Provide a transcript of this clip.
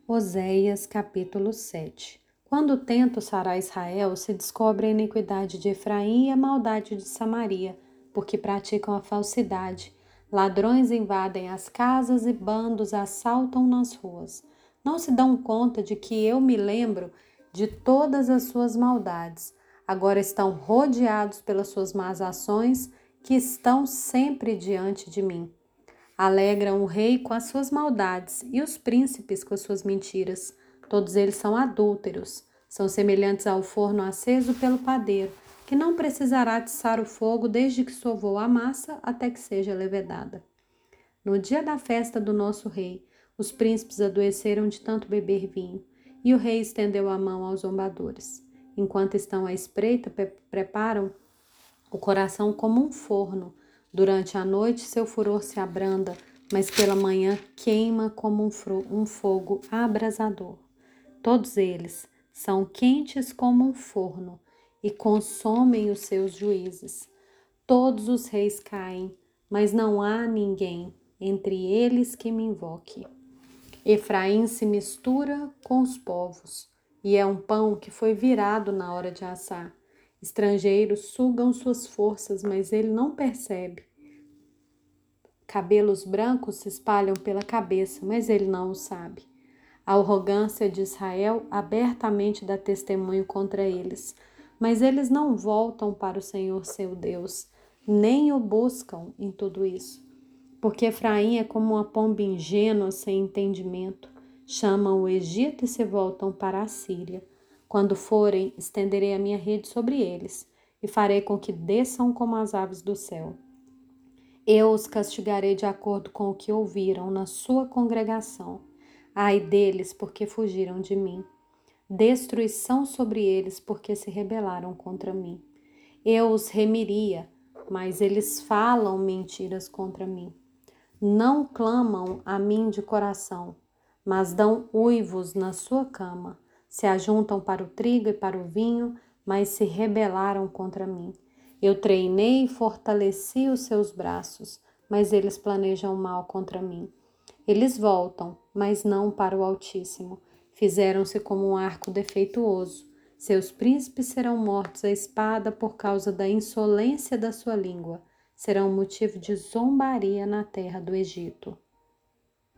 Oséias capítulo 7. Quando tento sarar Israel, se descobre a iniquidade de Efraim e a maldade de Samaria, porque praticam a falsidade. Ladrões invadem as casas e bandos assaltam nas ruas. Não se dão conta de que eu me lembro de todas as suas maldades. Agora estão rodeados pelas suas más ações, que estão sempre diante de mim. Alegram o rei com as suas maldades e os príncipes com as suas mentiras. Todos eles são adúlteros, são semelhantes ao forno aceso pelo padeiro, que não precisará atiçar o fogo desde que sovou a massa até que seja levedada. No dia da festa do nosso rei, os príncipes adoeceram de tanto beber vinho, e o rei estendeu a mão aos zombadores. Enquanto estão à espreita, preparam o coração como um forno. Durante a noite seu furor se abranda, mas pela manhã queima como um fogo abrasador. Todos eles são quentes como um forno e consomem os seus juízes. Todos os reis caem, mas não há ninguém entre eles que me invoque. Efraim se mistura com os povos, e é um pão que foi virado na hora de assar. Estrangeiros sugam suas forças, mas ele não percebe. Cabelos brancos se espalham pela cabeça, mas ele não o sabe. A arrogância de Israel abertamente dá testemunho contra eles, mas eles não voltam para o Senhor seu Deus, nem o buscam em tudo isso. Porque Efraim é como uma pomba ingênua sem entendimento. Chamam o Egito e se voltam para a Síria. Quando forem, estenderei a minha rede sobre eles e farei com que desçam como as aves do céu. Eu os castigarei de acordo com o que ouviram na sua congregação. Ai deles, porque fugiram de mim. Destruição sobre eles, porque se rebelaram contra mim. Eu os remiria, mas eles falam mentiras contra mim. Não clamam a mim de coração, mas dão uivos na sua cama. Se ajuntam para o trigo e para o vinho, mas se rebelaram contra mim. Eu treinei e fortaleci os seus braços, mas eles planejam mal contra mim. Eles voltam, mas não para o Altíssimo. Fizeram-se como um arco defeituoso. Seus príncipes serão mortos à espada por causa da insolência da sua língua. Serão motivo de zombaria na terra do Egito.